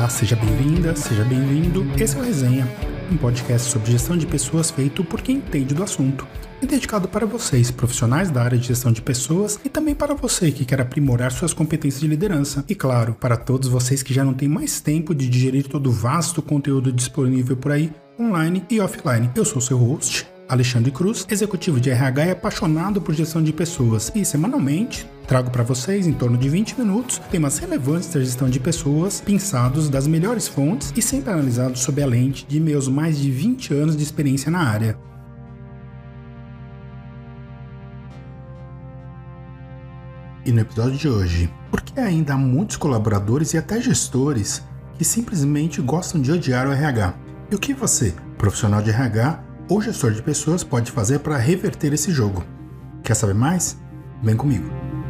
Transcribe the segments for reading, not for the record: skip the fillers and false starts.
Olá, seja bem-vinda, seja bem-vindo. Esse é o Resenha, um podcast sobre gestão de pessoas feito por quem entende do assunto e dedicado para vocês, profissionais da área de gestão de pessoas, e também para você que quer aprimorar suas competências de liderança. E claro, para todos vocês que já não têm mais tempo de digerir todo o vasto conteúdo disponível por aí, online e offline. Eu sou seu host, Alexandre Cruz, executivo de RH e apaixonado por gestão de pessoas, e semanalmente trago para vocês, em torno de 20 minutos, temas relevantes da gestão de pessoas, pensados das melhores fontes e sempre analisados sob a lente de meus mais de 20 anos de experiência na área. E no episódio de hoje, por que ainda há muitos colaboradores e até gestores que simplesmente gostam de odiar o RH? E o que você, profissional de RH ou gestor de pessoas, pode fazer para reverter esse jogo? Quer saber mais? Vem comigo!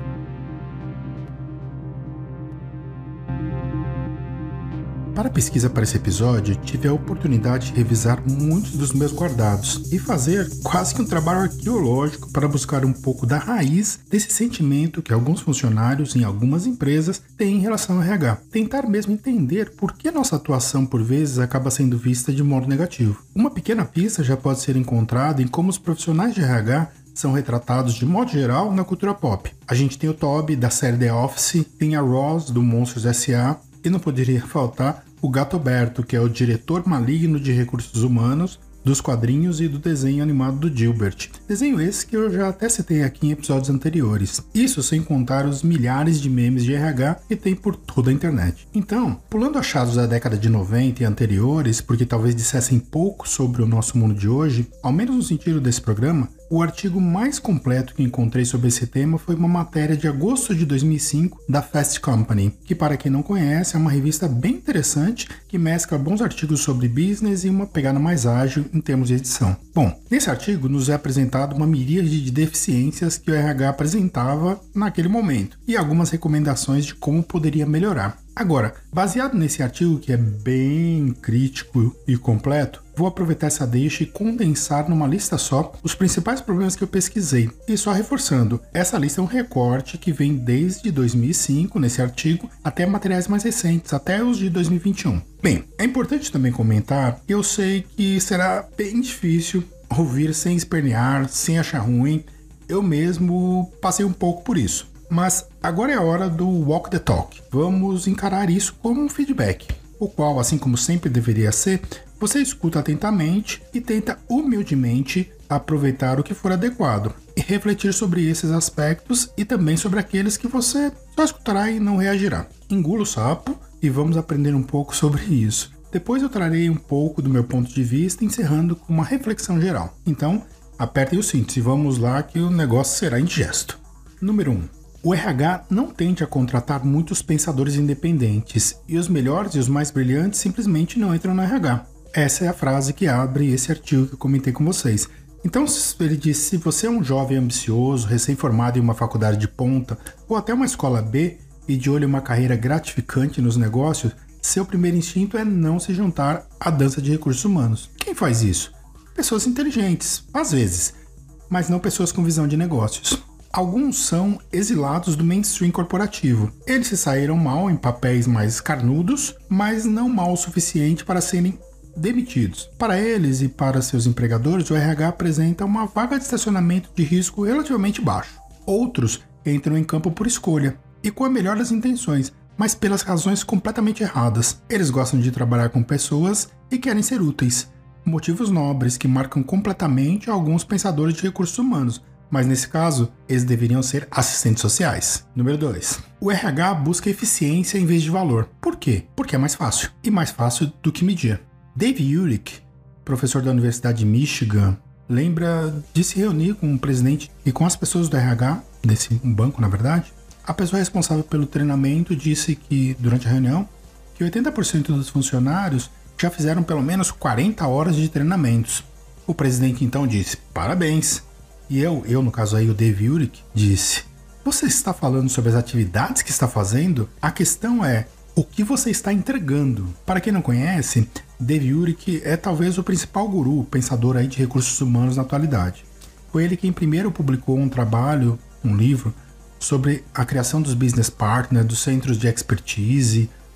Para a pesquisa para esse episódio, tive a oportunidade de revisar muitos dos meus guardados e fazer quase que um trabalho arqueológico para buscar um pouco da raiz desse sentimento que alguns funcionários em algumas empresas têm em relação ao RH. Tentar mesmo entender por que nossa atuação por vezes acaba sendo vista de modo negativo. Uma pequena pista já pode ser encontrada em como os profissionais de RH são retratados de modo geral na cultura pop. A gente tem o Toby da série The Office, tem a Ross do Monstros S.A., e não poderia faltar o Gatoberto, que é o diretor maligno de recursos humanos dos quadrinhos e do desenho animado do Gilbert. Desenho esse que eu já até citei aqui em episódios anteriores. Isso sem contar os milhares de memes de RH que tem por toda a internet. Então, pulando achados da década de 90 e anteriores, porque talvez dissessem pouco sobre o nosso mundo de hoje, ao menos no sentido desse programa, o artigo mais completo que encontrei sobre esse tema foi uma matéria de agosto de 2005 da Fast Company, que, para quem não conhece, é uma revista bem interessante que mescla bons artigos sobre business e uma pegada mais ágil em termos de edição. Bom, nesse artigo nos é apresentado uma miríade de deficiências que o RH apresentava naquele momento e algumas recomendações de como poderia melhorar. Agora, baseado nesse artigo que é bem crítico e completo, vou aproveitar essa deixa e condensar numa lista só os principais problemas que eu pesquisei. E só reforçando, essa lista é um recorte que vem desde 2005, nesse artigo, até materiais mais recentes, até os de 2021. Bem, é importante também comentar que eu sei que será bem difícil ouvir sem espernear, sem achar ruim. Eu mesmo passei um pouco por isso. Mas agora é a hora do walk the talk. Vamos encarar isso como um feedback, o qual, assim como sempre deveria ser, você escuta atentamente e tenta humildemente aproveitar o que for adequado e refletir sobre esses aspectos e também sobre aqueles que você só escutará e não reagirá. Engula o sapo e vamos aprender um pouco sobre isso. Depois eu trarei um pouco do meu ponto de vista, encerrando com uma reflexão geral. Então, apertem os cintos e vamos lá que o negócio será indigesto. Número 1. O RH não tende a contratar muitos pensadores independentes e os melhores e os mais brilhantes simplesmente não entram no RH. Essa é a frase que abre esse artigo que eu comentei com vocês. Então ele diz: se você é um jovem ambicioso, recém-formado em uma faculdade de ponta ou até uma escola B e de olho em uma carreira gratificante nos negócios, seu primeiro instinto é não se juntar à dança de recursos humanos. Quem faz isso? Pessoas inteligentes, às vezes, mas não pessoas com visão de negócios. Alguns são exilados do mainstream corporativo. Eles se saíram mal em papéis mais carnudos, mas não mal o suficiente para serem demitidos. Para eles e para seus empregadores, o RH apresenta uma vaga de estacionamento de risco relativamente baixo. Outros entram em campo por escolha e com a melhor das intenções, mas pelas razões completamente erradas. Eles gostam de trabalhar com pessoas e querem ser úteis. Motivos nobres que marcam completamente alguns pensadores de recursos humanos, mas nesse caso, eles deveriam ser assistentes sociais. Número 2. O RH busca eficiência em vez de valor. Por quê? Porque é mais fácil. E mais fácil do que medir. Dave Urich, professor da Universidade de Michigan, lembra de se reunir com o presidente e com as pessoas do RH, desse banco na verdade. A pessoa responsável pelo treinamento disse que, durante a reunião, que 80% dos funcionários já fizeram pelo menos 40 horas de treinamentos. O presidente então disse: parabéns! E eu, no caso aí o Dave Urich, disse: você está falando sobre as atividades que está fazendo? A questão é o que você está entregando. Para quem não conhece, Dave Urich é talvez o principal guru, pensador aí de recursos humanos na atualidade. Foi ele quem primeiro publicou um trabalho, um livro, sobre a criação dos business partners, dos centros de expertise,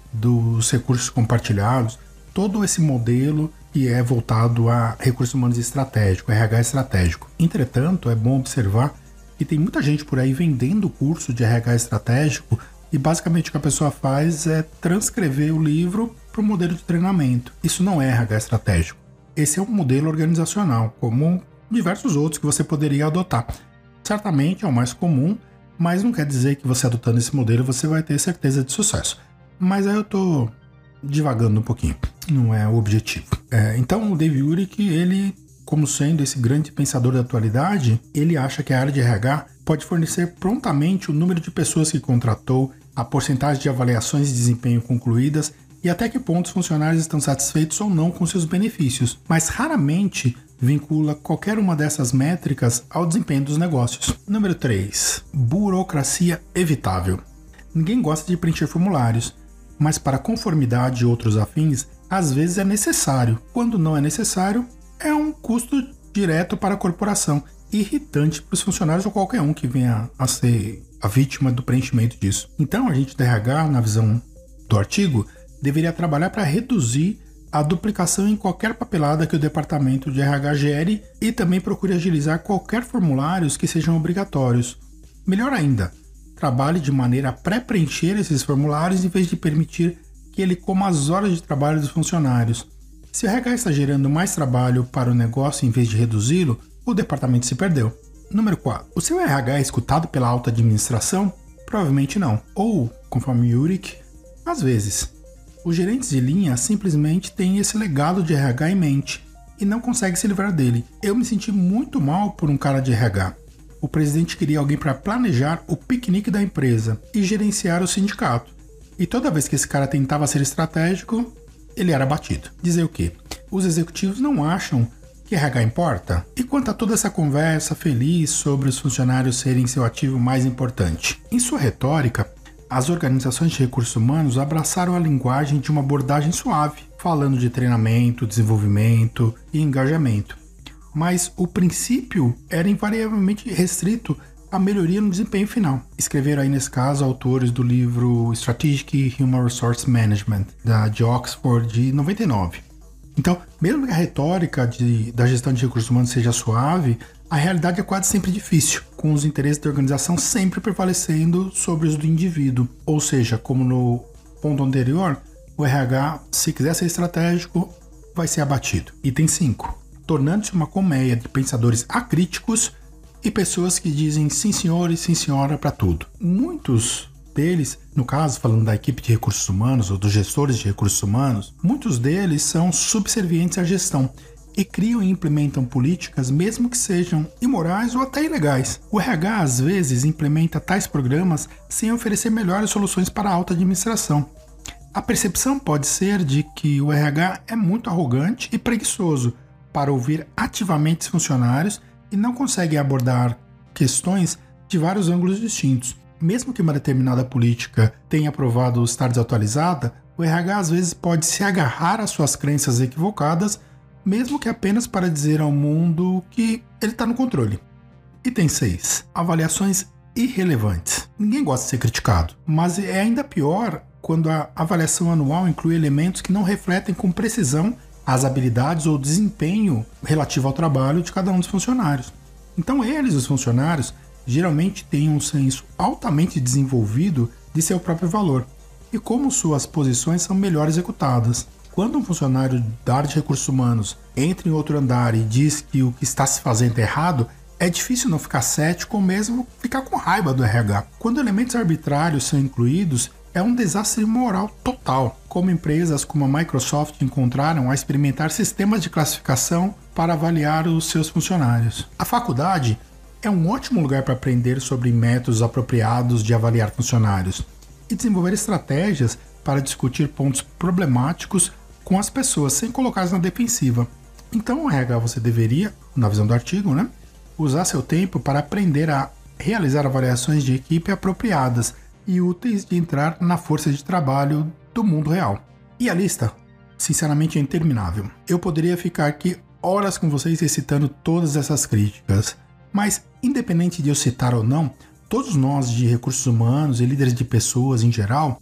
dos recursos compartilhados, todo esse modelo que é voltado a recursos humanos estratégico, RH estratégico. Entretanto, é bom observar que tem muita gente por aí vendendo o curso de RH estratégico e basicamente o que a pessoa faz é transcrever o livro para o modelo de treinamento. Isso não é RH estratégico. Esse é um modelo organizacional, como diversos outros que você poderia adotar. Certamente é o mais comum, mas não quer dizer que você adotando esse modelo você vai ter certeza de sucesso. Mas aí eu estou divagando um pouquinho, não é o objetivo. Então o Dave Urich, ele, como sendo esse grande pensador da atualidade, ele acha que a área de RH pode fornecer prontamente o número de pessoas que contratou, a porcentagem de avaliações de desempenho concluídas e até que ponto os funcionários estão satisfeitos ou não com seus benefícios, mas raramente vincula qualquer uma dessas métricas ao desempenho dos negócios. Número 3. Burocracia evitável. Ninguém gosta de preencher formulários, mas para conformidade e outros afins, às vezes é necessário. Quando não é necessário, é um custo direto para a corporação, irritante para os funcionários ou qualquer um que venha a ser a vítima do preenchimento disso. Então, a gente da RH, na visão do artigo, deveria trabalhar para reduzir a duplicação em qualquer papelada que o departamento de RH gere e também procure agilizar qualquer formulários que sejam obrigatórios. Melhor ainda, trabalhe de maneira a pré-preencher esses formulários em vez de permitir que ele coma as horas de trabalho dos funcionários. Se o RH está gerando mais trabalho para o negócio em vez de reduzi-lo, o departamento se perdeu. Número 4. O seu RH é escutado pela alta administração? Provavelmente não. Ou, conforme Urich, às vezes. Os gerentes de linha simplesmente têm esse legado de RH em mente e não conseguem se livrar dele. Eu me senti muito mal por um cara de RH. O presidente queria alguém para planejar o piquenique da empresa e gerenciar o sindicato. E toda vez que esse cara tentava ser estratégico, ele era batido. Dizer o quê? Os executivos não acham que RH importa? E quanto a toda essa conversa feliz sobre os funcionários serem seu ativo mais importante? Em sua retórica, as organizações de recursos humanos abraçaram a linguagem de uma abordagem suave, falando de treinamento, desenvolvimento e engajamento. Mas o princípio era invariavelmente restrito à melhoria no desempenho final. Escreveram aí nesse caso autores do livro Strategic Human Resource Management, de Oxford, de 99. Então, mesmo que a retórica da gestão de recursos humanos seja suave, a realidade é quase sempre difícil, com os interesses da organização sempre prevalecendo sobre os do indivíduo. Ou seja, como no ponto anterior, o RH, se quiser ser estratégico, vai ser abatido. Item 5. Tornando-se uma colmeia de pensadores acríticos e pessoas que dizem sim senhor e sim senhora para tudo. Muitos deles, no caso, falando da equipe de recursos humanos ou dos gestores de recursos humanos, muitos deles são subservientes à gestão e criam e implementam políticas mesmo que sejam imorais ou até ilegais. O RH às vezes implementa tais programas sem oferecer melhores soluções para a alta administração. A percepção pode ser de que o RH é muito arrogante e preguiçoso para ouvir ativamente os funcionários e não consegue abordar questões de vários ângulos distintos. Mesmo que uma determinada política tenha provado estar desatualizada, o RH às vezes pode se agarrar às suas crenças equivocadas, mesmo que apenas para dizer ao mundo que ele está no controle. Item 6. Avaliações irrelevantes. Ninguém gosta de ser criticado, mas é ainda pior quando a avaliação anual inclui elementos que não refletem com precisão as habilidades ou desempenho relativo ao trabalho de cada um dos funcionários. Então eles, os funcionários, geralmente têm um senso altamente desenvolvido de seu próprio valor e como suas posições são melhor executadas. Quando um funcionário da área de recursos humanos entra em outro andar e diz que o que está se fazendo é errado, é difícil não ficar cético ou mesmo ficar com raiva do RH. Quando elementos arbitrários são incluídos, é um desastre moral total, como empresas como a Microsoft encontraram a experimentar sistemas de classificação para avaliar os seus funcionários. A faculdade é um ótimo lugar para aprender sobre métodos apropriados de avaliar funcionários e desenvolver estratégias para discutir pontos problemáticos com as pessoas sem colocá-las na defensiva. Então o RH você deveria, na visão do artigo, usar seu tempo para aprender a realizar avaliações de equipe apropriadas e úteis de entrar na força de trabalho do mundo real. E a lista, sinceramente, é interminável. Eu poderia ficar aqui horas com vocês recitando todas essas críticas, mas independente de eu citar ou não, todos nós de recursos humanos e líderes de pessoas em geral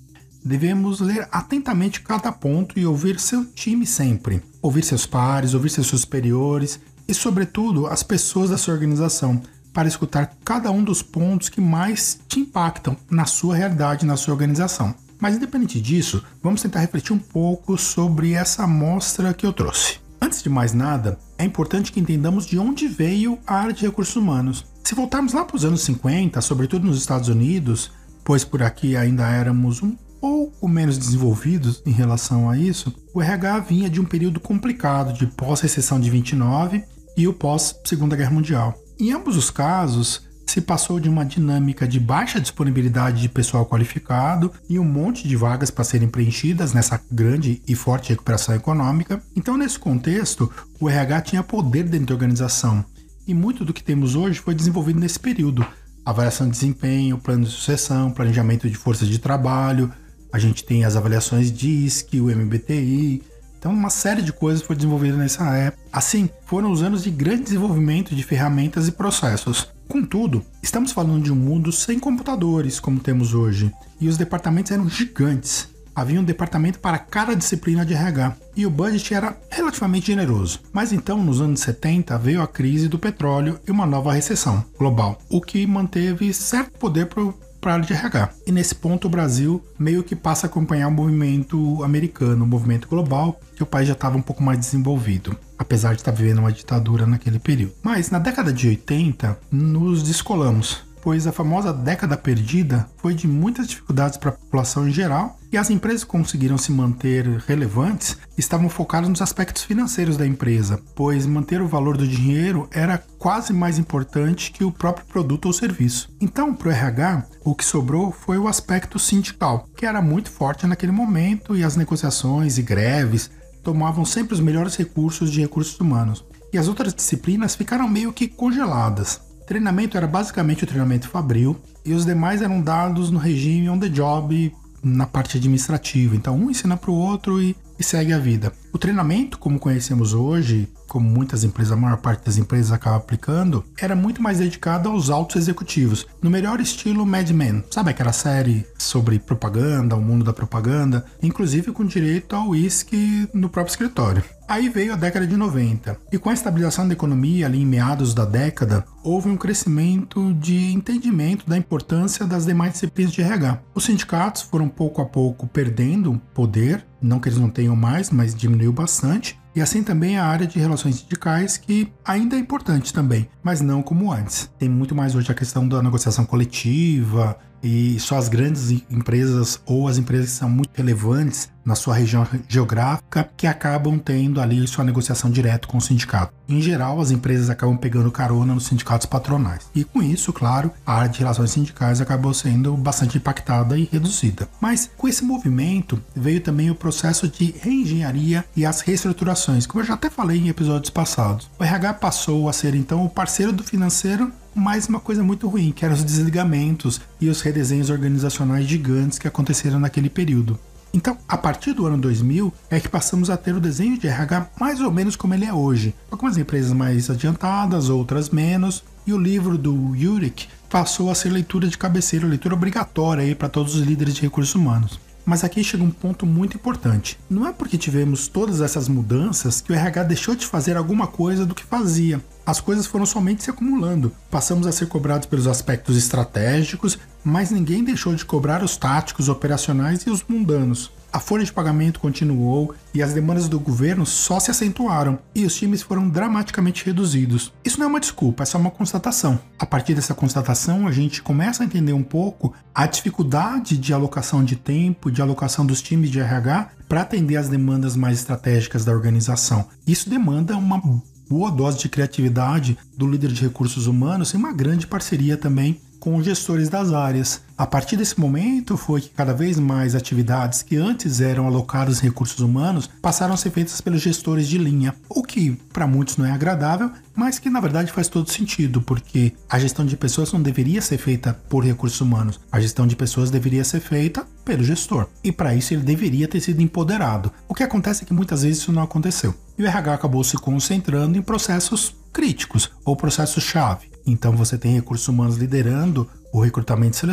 devemos ler atentamente cada ponto e ouvir seu time sempre. Ouvir seus pares, ouvir seus superiores e, sobretudo, as pessoas da sua organização, para escutar cada um dos pontos que mais te impactam na sua realidade, na sua organização. Mas, independente disso, vamos tentar refletir um pouco sobre essa amostra que eu trouxe. Antes de mais nada, é importante que entendamos de onde veio a área de recursos humanos. Se voltarmos lá para os anos 50, sobretudo nos Estados Unidos, pois por aqui ainda éramos um pouco menos desenvolvidos em relação a isso, o RH vinha de um período complicado de pós-recessão de 29 e o pós-Segunda Guerra Mundial. Em ambos os casos, se passou de uma dinâmica de baixa disponibilidade de pessoal qualificado e um monte de vagas para serem preenchidas nessa grande e forte recuperação econômica. Então, nesse contexto, o RH tinha poder dentro da organização e muito do que temos hoje foi desenvolvido nesse período. Avaliação de desempenho, plano de sucessão, planejamento de força de trabalho, a gente tem as avaliações DISC, o MBTI. Então, uma série de coisas foi desenvolvida nessa época. Assim, foram os anos de grande desenvolvimento de ferramentas e processos. Contudo, estamos falando de um mundo sem computadores, como temos hoje, e os departamentos eram gigantes. Havia um departamento para cada disciplina de RH, e o budget era relativamente generoso. Mas então, nos anos 70, veio a crise do petróleo e uma nova recessão global, o que manteve certo poder para a área de RH. E nesse ponto o Brasil meio que passa a acompanhar o movimento americano, o movimento global, que o país já estava um pouco mais desenvolvido, apesar de estar vivendo uma ditadura naquele período. Mas na década de 80 nos descolamos, pois a famosa década perdida foi de muitas dificuldades para a população em geral e as empresas que conseguiram se manter relevantes estavam focadas nos aspectos financeiros da empresa, pois manter o valor do dinheiro era quase mais importante que o próprio produto ou serviço. Então, para o RH, o que sobrou foi o aspecto sindical, que era muito forte naquele momento e as negociações e greves tomavam sempre os melhores recursos de recursos humanos. E as outras disciplinas ficaram meio que congeladas. Treinamento era basicamente o treinamento fabril e os demais eram dados no regime on the job na parte administrativa. Então um ensina para o outro e segue a vida. O treinamento, como conhecemos hoje, como muitas empresas, a maior parte das empresas acaba aplicando, era muito mais dedicado aos altos executivos, no melhor estilo Mad Men. Sabe aquela série sobre propaganda, o mundo da propaganda, inclusive com direito ao uísque no próprio escritório. Aí veio a década de 90, e com a estabilização da economia ali em meados da década, houve um crescimento de entendimento da importância das demais disciplinas de RH. Os sindicatos foram pouco a pouco perdendo poder, não que eles não tenham mais, mas diminuiu bastante, e assim também a área de relações sindicais, que ainda é importante também, mas não como antes. Tem muito mais hoje a questão da negociação coletiva, e só as grandes empresas ou as empresas que são muito relevantes na sua região geográfica que acabam tendo ali sua negociação direto com o sindicato. Em geral, as empresas acabam pegando carona nos sindicatos patronais. E com isso, claro, a área de relações sindicais acabou sendo bastante impactada e reduzida. Mas com esse movimento veio também o processo de reengenharia e as reestruturações, como eu já até falei em episódios passados. O RH passou a ser então o parceiro do financeiro, mas uma coisa muito ruim, que eram os desligamentos e os redesenhos organizacionais gigantes que aconteceram naquele período. Então, a partir do ano 2000, é que passamos a ter o desenho de RH mais ou menos como ele é hoje. Algumas empresas mais adiantadas, outras menos, e o livro do Urich passou a ser leitura de cabeceira, leitura obrigatória para todos os líderes de recursos humanos. Mas aqui chega um ponto muito importante. Não é porque tivemos todas essas mudanças que o RH deixou de fazer alguma coisa do que fazia. As coisas foram somente se acumulando. Passamos a ser cobrados pelos aspectos estratégicos, mas ninguém deixou de cobrar os táticos, operacionais e os mundanos. A folha de pagamento continuou e as demandas do governo só se acentuaram e os times foram dramaticamente reduzidos. Isso não é uma desculpa, é só uma constatação. A partir dessa constatação, a gente começa a entender um pouco a dificuldade de alocação de tempo, de alocação dos times de RH para atender às demandas mais estratégicas da organização. Isso demanda uma boa dose de criatividade do líder de recursos humanos e uma grande parceria também com os gestores das áreas. A partir desse momento foi que cada vez mais atividades que antes eram alocadas em recursos humanos passaram a ser feitas pelos gestores de linha, o que para muitos não é agradável, mas que na verdade faz todo sentido, porque a gestão de pessoas não deveria ser feita por recursos humanos, a gestão de pessoas deveria ser feita pelo gestor, e para isso ele deveria ter sido empoderado. O que acontece é que muitas vezes isso não aconteceu, e o RH acabou se concentrando em processos críticos ou processos-chave. Então você tem recursos humanos liderando o recrutamento e seleção,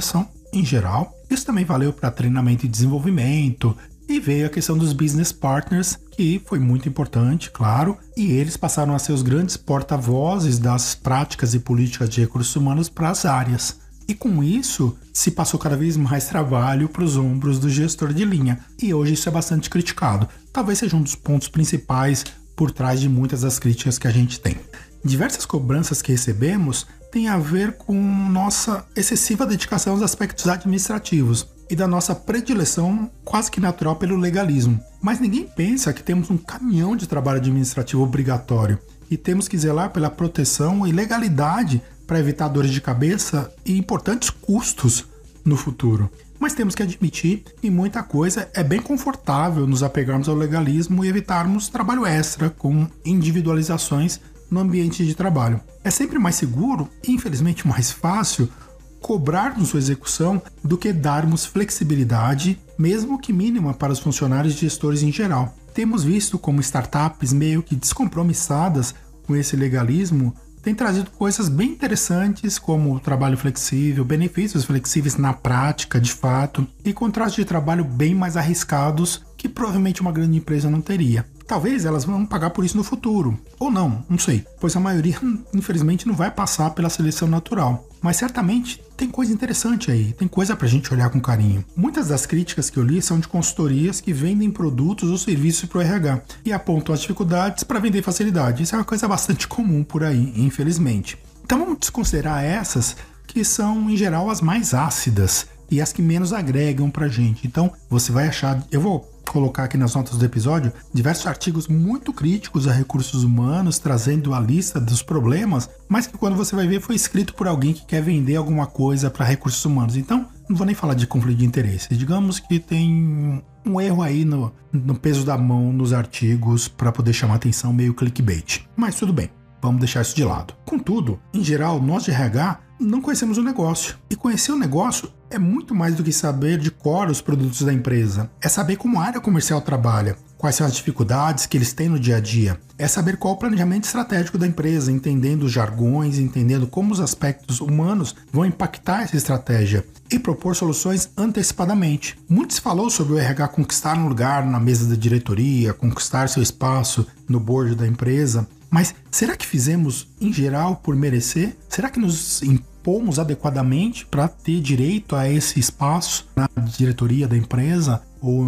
em geral. Isso também valeu para treinamento e desenvolvimento. E veio a questão dos business partners, que foi muito importante, claro, e eles passaram a ser os grandes porta-vozes das práticas e políticas de recursos humanos para as áreas. E com isso, se passou cada vez mais trabalho para os ombros do gestor de linha. E hoje isso é bastante criticado. Talvez seja um dos pontos principais por trás de muitas das críticas que a gente tem. Diversas cobranças que recebemos têm a ver com nossa excessiva dedicação aos aspectos administrativos e da nossa predileção quase que natural pelo legalismo. Mas ninguém pensa que temos um caminhão de trabalho administrativo obrigatório e temos que zelar pela proteção e legalidade para evitar dores de cabeça e importantes custos no futuro. Mas temos que admitir que muita coisa é bem confortável nos apegarmos ao legalismo e evitarmos trabalho extra com individualizações no ambiente de trabalho. É sempre mais seguro e infelizmente mais fácil cobrarmos sua execução do que darmos flexibilidade, mesmo que mínima, para os funcionários e gestores em geral. Temos visto como startups meio que descompromissadas com esse legalismo têm trazido coisas bem interessantes como o trabalho flexível, benefícios flexíveis na prática, de fato, e contratos de trabalho bem mais arriscados que provavelmente uma grande empresa não teria. Talvez elas vão pagar por isso no futuro, ou não sei, pois a maioria infelizmente não vai passar pela seleção natural. Mas certamente tem coisa interessante aí, tem coisa pra gente olhar com carinho. Muitas das críticas que eu li são de consultorias que vendem produtos ou serviços pro RH e apontam as dificuldades para vender facilidade. Isso é uma coisa bastante comum por aí, infelizmente. Então vamos desconsiderar essas que são em geral as mais ácidas e as que menos agregam pra gente. Então você vai achar, eu vou colocar aqui nas notas do episódio diversos artigos muito críticos a recursos humanos, trazendo a lista dos problemas, mas que quando você vai ver foi escrito por alguém que quer vender alguma coisa para recursos humanos. Então, não vou nem falar de conflito de interesse. Digamos que tem um erro aí no peso da mão nos artigos para poder chamar atenção, meio clickbait. Mas tudo bem, vamos deixar isso de lado. Contudo, em geral, nós de RH não conhecemos o negócio. E conhecer o negócio é muito mais do que saber de cor os produtos da empresa. É saber como a área comercial trabalha, quais são as dificuldades que eles têm no dia a dia. É saber qual o planejamento estratégico da empresa, entendendo os jargões, entendendo como os aspectos humanos vão impactar essa estratégia e propor soluções antecipadamente. Muito se falou sobre o RH conquistar um lugar na mesa da diretoria, conquistar seu espaço no board da empresa. Mas será que fizemos, em geral, por merecer? Será que nos impomos adequadamente para ter direito a esse espaço na diretoria da empresa?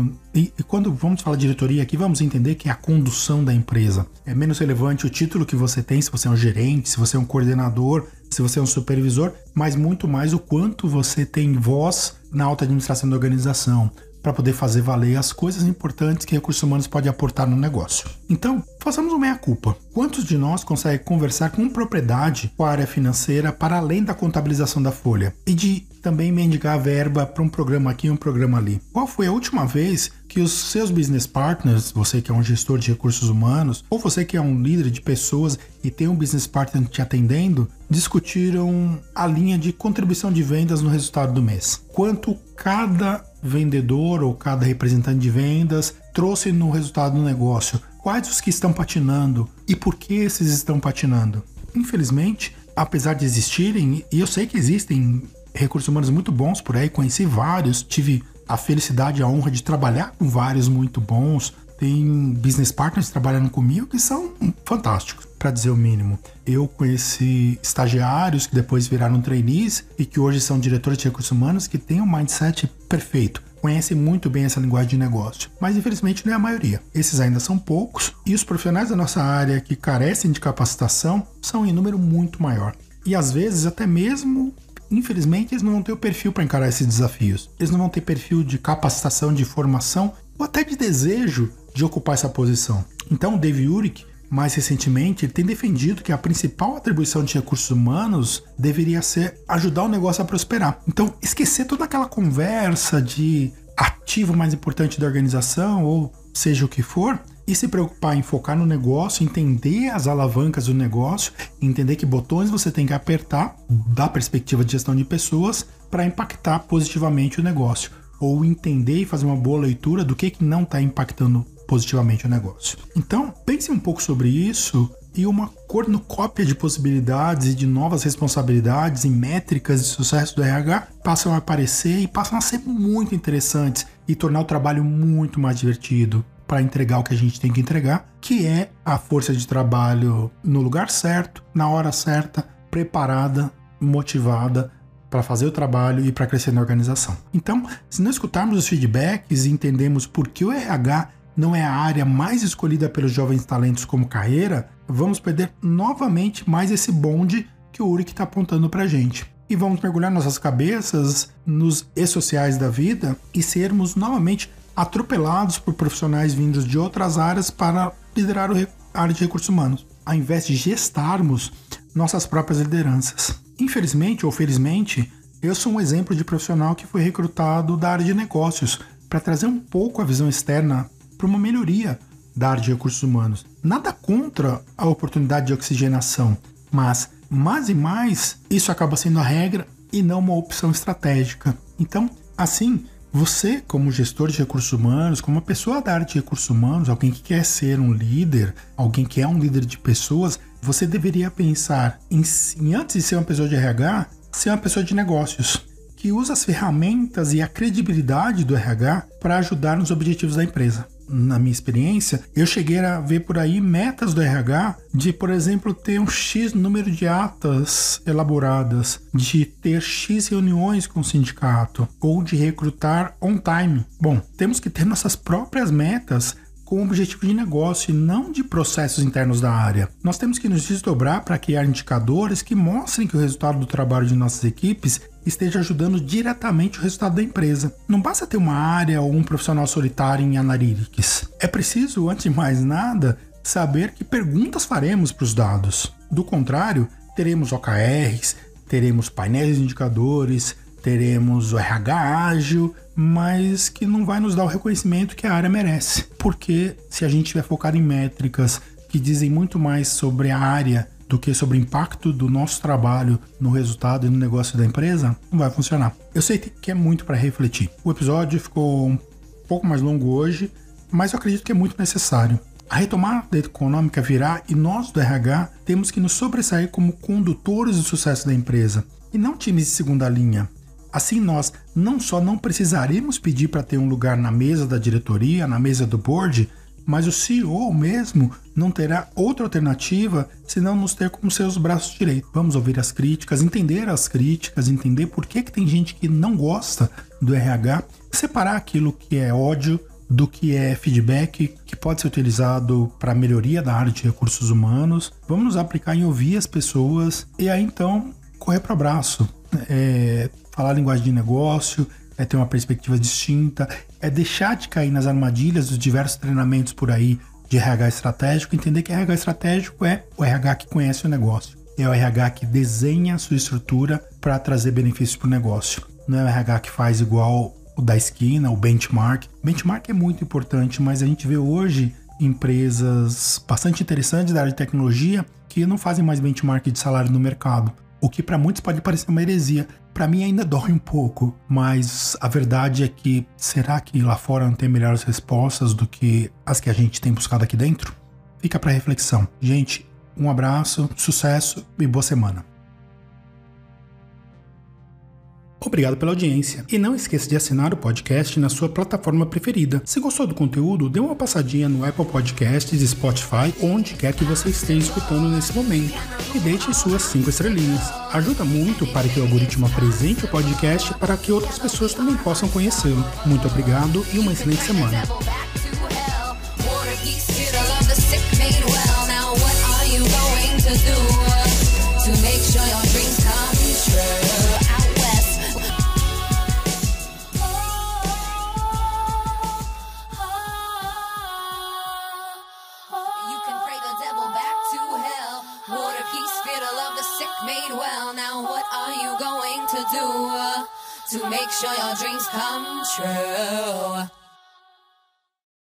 E quando vamos falar de diretoria aqui, vamos entender que é a condução da empresa. É menos relevante o título que você tem, se você é um gerente, se você é um coordenador, se você é um supervisor, mas muito mais o quanto você tem voz na alta administração da organização, para poder fazer valer as coisas importantes que recursos humanos pode aportar no negócio. Então, façamos uma meia-culpa. Quantos de nós conseguem conversar com propriedade com a área financeira para além da contabilização da folha? E de também mendigar verba para um programa aqui e um programa ali? Qual foi a última vez que os seus business partners, você que é um gestor de recursos humanos, ou você que é um líder de pessoas e tem um business partner te atendendo, discutiram a linha de contribuição de vendas no resultado do mês? Quanto cada vendedor ou cada representante de vendas trouxe no resultado do negócio? Quais os que estão patinando e por que esses estão patinando? Infelizmente, apesar de existirem, e eu sei que existem recursos humanos muito bons por aí, conheci vários, tive a felicidade e a honra de trabalhar com vários muito bons, tem business partners trabalhando comigo que são fantásticos, para dizer o mínimo. Eu conheci estagiários que depois viraram trainees e que hoje são diretores de recursos humanos que têm um mindset perfeito, conhecem muito bem essa linguagem de negócio, mas infelizmente não é a maioria. Esses ainda são poucos e os profissionais da nossa área que carecem de capacitação são em número muito maior. E às vezes até mesmo, infelizmente, eles não vão ter o perfil para encarar esses desafios. Eles não vão ter perfil de capacitação, de formação ou até de desejo de ocupar essa posição. Então o Dave Urich, mais recentemente, ele tem defendido que a principal atribuição de recursos humanos deveria ser ajudar o negócio a prosperar. Então, esquecer toda aquela conversa de ativo mais importante da organização, ou seja o que for, e se preocupar em focar no negócio, entender as alavancas do negócio, entender que botões você tem que apertar da perspectiva de gestão de pessoas para impactar positivamente o negócio, ou entender e fazer uma boa leitura do que não está impactando positivamente o negócio. Então, pense um pouco sobre isso e uma cornucópia de possibilidades e de novas responsabilidades e métricas de sucesso do RH passam a aparecer e passam a ser muito interessantes e tornar o trabalho muito mais divertido para entregar o que a gente tem que entregar, que é a força de trabalho no lugar certo, na hora certa, preparada, motivada para fazer o trabalho e para crescer na organização. Então, se não escutarmos os feedbacks e entendemos por que o RH não é a área mais escolhida pelos jovens talentos como carreira, vamos perder novamente mais esse bonde que o Ulrich está apontando para a gente. E vamos mergulhar nossas cabeças nos e-sociais da vida e sermos novamente atropelados por profissionais vindos de outras áreas para liderar a área de recursos humanos, ao invés de gestarmos nossas próprias lideranças. Infelizmente ou felizmente, eu sou um exemplo de profissional que foi recrutado da área de negócios para trazer um pouco a visão externa para uma melhoria da área de recursos humanos. Nada contra a oportunidade de oxigenação, mas mais e mais isso acaba sendo a regra e não uma opção estratégica. Então, assim, você como gestor de recursos humanos, como uma pessoa da área de recursos humanos, alguém que quer ser um líder, alguém que é um líder de pessoas, você deveria pensar em antes de ser uma pessoa de RH, ser uma pessoa de negócios, que usa as ferramentas e a credibilidade do RH para ajudar nos objetivos da empresa. Na minha experiência, eu cheguei a ver por aí metas do RH de, por exemplo, ter um X número de atas elaboradas, de ter X reuniões com o sindicato ou de recrutar on time. Bom, temos que ter nossas próprias metas com objetivo de negócio e não de processos internos da área. Nós temos que nos desdobrar para criar indicadores que mostrem que o resultado do trabalho de nossas equipes esteja ajudando diretamente o resultado da empresa. Não basta ter uma área ou um profissional solitário em Analytics. É preciso, antes de mais nada, saber que perguntas faremos para os dados. Do contrário, teremos OKRs, teremos painéis de indicadores, teremos o RH ágil, mas que não vai nos dar o reconhecimento que a área merece. Porque se a gente estiver focado em métricas que dizem muito mais sobre a área do que sobre o impacto do nosso trabalho no resultado e no negócio da empresa, não vai funcionar. Eu sei que é muito para refletir. O episódio ficou um pouco mais longo hoje, mas eu acredito que é muito necessário. A retomada econômica virá e nós do RH temos que nos sobressair como condutores do sucesso da empresa e não times de segunda linha. Assim nós não só não precisaremos pedir para ter um lugar na mesa da diretoria, na mesa do board, mas o CEO mesmo não terá outra alternativa senão nos ter como seus braços direitos. Vamos ouvir as críticas, entender por que tem gente que não gosta do RH, separar aquilo que é ódio do que é feedback, que pode ser utilizado para a melhoria da área de recursos humanos. Vamos nos aplicar em ouvir as pessoas e aí então correr para o abraço. Falar a linguagem de negócio, ter uma perspectiva distinta, deixar de cair nas armadilhas dos diversos treinamentos por aí de RH estratégico, entender que RH estratégico é o RH que conhece o negócio, é o RH que desenha a sua estrutura para trazer benefícios para o negócio, não é o RH que faz igual o da esquina, o benchmark. Benchmark é muito importante, mas a gente vê hoje empresas bastante interessantes da área de tecnologia que não fazem mais benchmark de salário no mercado. O que para muitos pode parecer uma heresia. Para mim ainda dói um pouco, mas a verdade é que será que lá fora não tem melhores respostas do que as que a gente tem buscado aqui dentro? Fica para reflexão. Gente, um abraço, sucesso e boa semana. Obrigado pela audiência e não esqueça de assinar o podcast na sua plataforma preferida. Se gostou do conteúdo, dê uma passadinha no Apple Podcasts e Spotify, onde quer que você esteja escutando nesse momento, e deixe suas 5 estrelinhas. Ajuda muito para que o algoritmo apresente o podcast para que outras pessoas também possam conhecê-lo. Muito obrigado e uma excelente semana. To make sure your dreams come true.